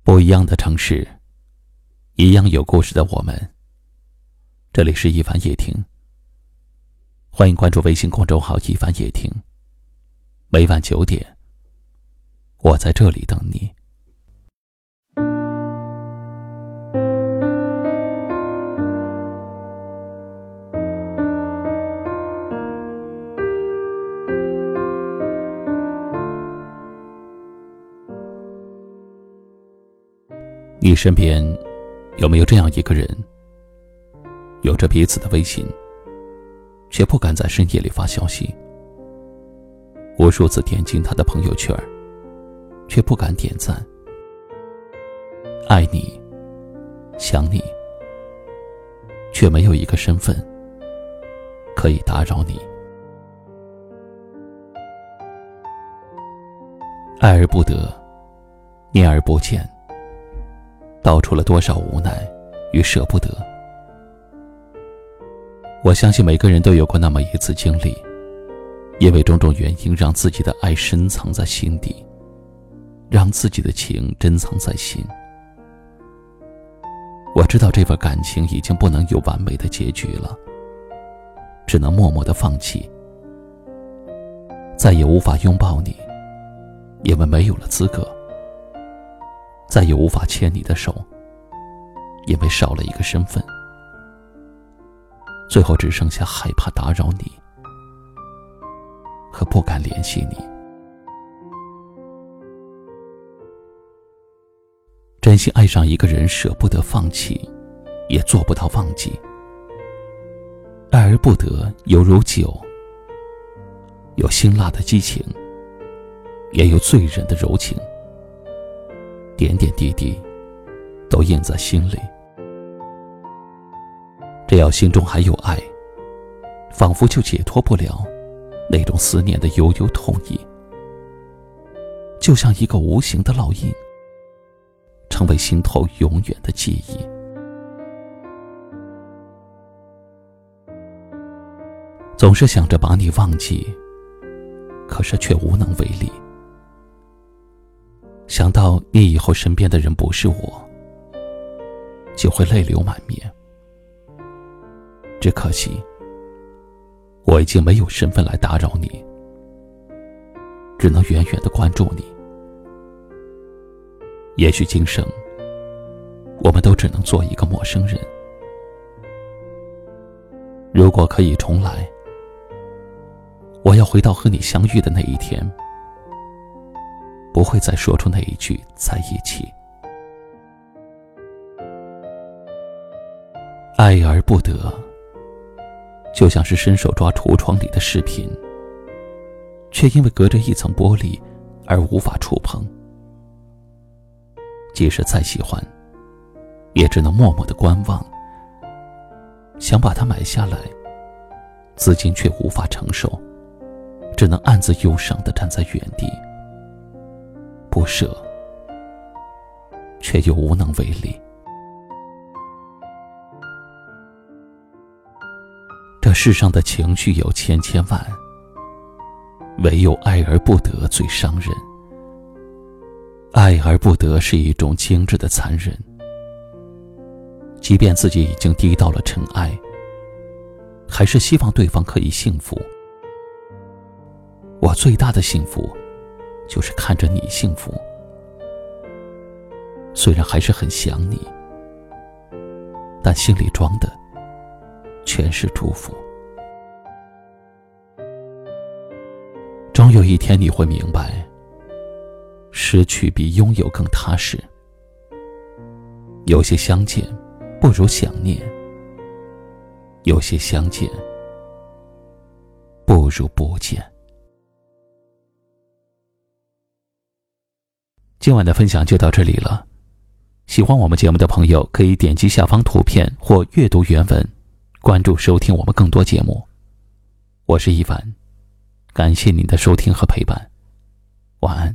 不一样的城市，一样有故事的我们。这里是一凡夜听，欢迎关注微信公众号一凡夜听。每晚9点，我在这里等你。你身边有没有这样一个人，有着彼此的微信，却不敢在深夜里发消息，无数次点进他的朋友圈，却不敢点赞，爱你想你，却没有一个身份可以打扰你。爱而不得，念而不见，道出了多少无奈与舍不得。我相信每个人都有过那么一次经历，因为种种原因让自己的爱深藏在心底，让自己的情珍藏在心。我知道这份感情已经不能有完美的结局了，只能默默地放弃，再也无法拥抱你，因为没有了资格，再也无法牵你的手，因为少了一个身份，最后只剩下害怕打扰你和不敢联系你。真心爱上一个人，舍不得放弃，也做不到忘记。爱而不得犹如酒，有辛辣的激情，也有醉人的柔情，点点滴滴都印在心里。只要心中还有爱，仿佛就解脱不了那种思念的悠悠痛意，就像一个无形的烙印，成为心头永远的记忆。总是想着把你忘记，可是却无能为力。想到你以后身边的人不是我，就会泪流满面。只可惜，我已经没有身份来打扰你，只能远远地关注你。也许今生，我们都只能做一个陌生人。如果可以重来，我要回到和你相遇的那一天，不会再说出那一句在一起。爱而不得，就像是伸手抓橱窗里的饰品，却因为隔着一层玻璃而无法触碰。即使再喜欢，也只能默默地观望，想把它买下来，资金却无法承受，只能暗自忧伤地站在原地，不舍，却又无能为力。这世上的情绪有千千万，唯有爱而不得最伤人。爱而不得是一种精致的残忍，即便自己已经低到了尘埃，还是希望对方可以幸福。我最大的幸福就是看着你幸福，虽然还是很想你，但心里装的全是祝福。终有一天你会明白，失去比拥有更踏实。有些相见不如想念，有些相见不如不见。今晚的分享就到这里了，喜欢我们节目的朋友可以点击下方图片或阅读原文，关注收听我们更多节目。我是一凡，感谢您的收听和陪伴，晚安。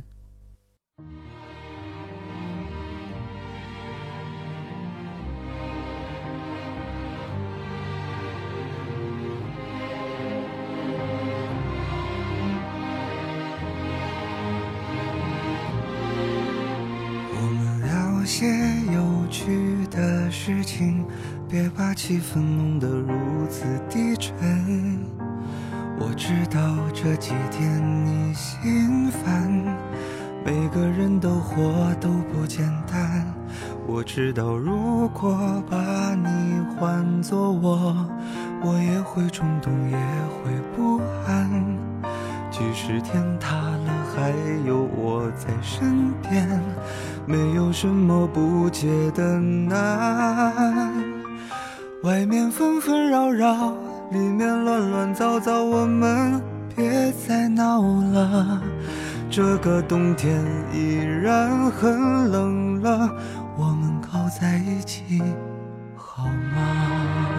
些有趣的事情，别把气氛弄得如此低沉。我知道这几天你心烦，每个人的活都不简单。我知道如果把你换作我也会冲动，也会不安。即使天塌了，还有我在身边，没有什么不解的难。外面纷纷扰扰，里面乱乱糟糟，我们别再闹了。这个冬天依然很冷了，我们靠在一起好吗？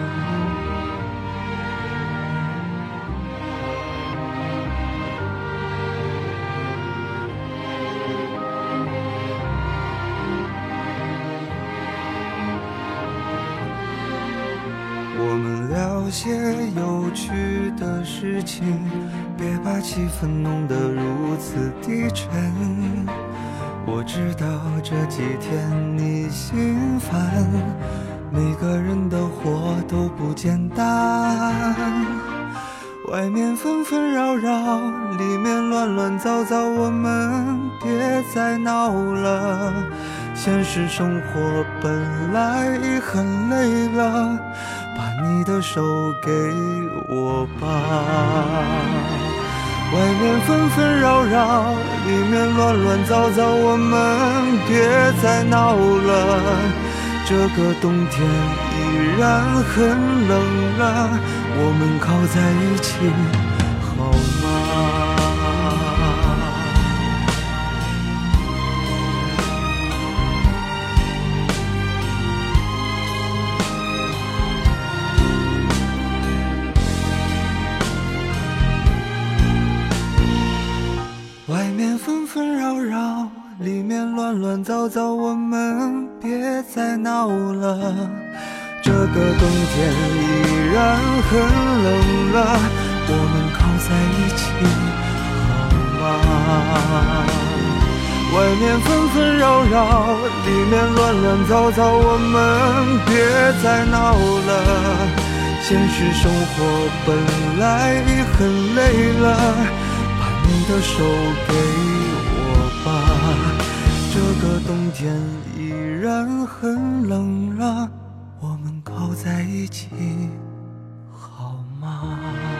我们聊些有趣的事情，别把气氛弄得如此低沉。我知道这几天你心烦，每个人的活都不简单。外面纷纷扰扰，里面乱乱糟糟，我们别再闹了。现实生活本来已很累了，把你的手给我吧。外面纷纷扰扰，里面乱乱糟糟，我们别再闹了。这个冬天依然很冷了，我们靠在一起好吗？外面纷纷扰扰，里面乱乱糟糟，我们别再闹了。这个冬天依然很冷了，我们靠在一起好吗？外面纷纷扰扰，里面乱乱糟糟，我们别再闹了。现实生活本来已很累了，你的手给我吧，这个冬天依然很冷了，我们靠在一起好吗？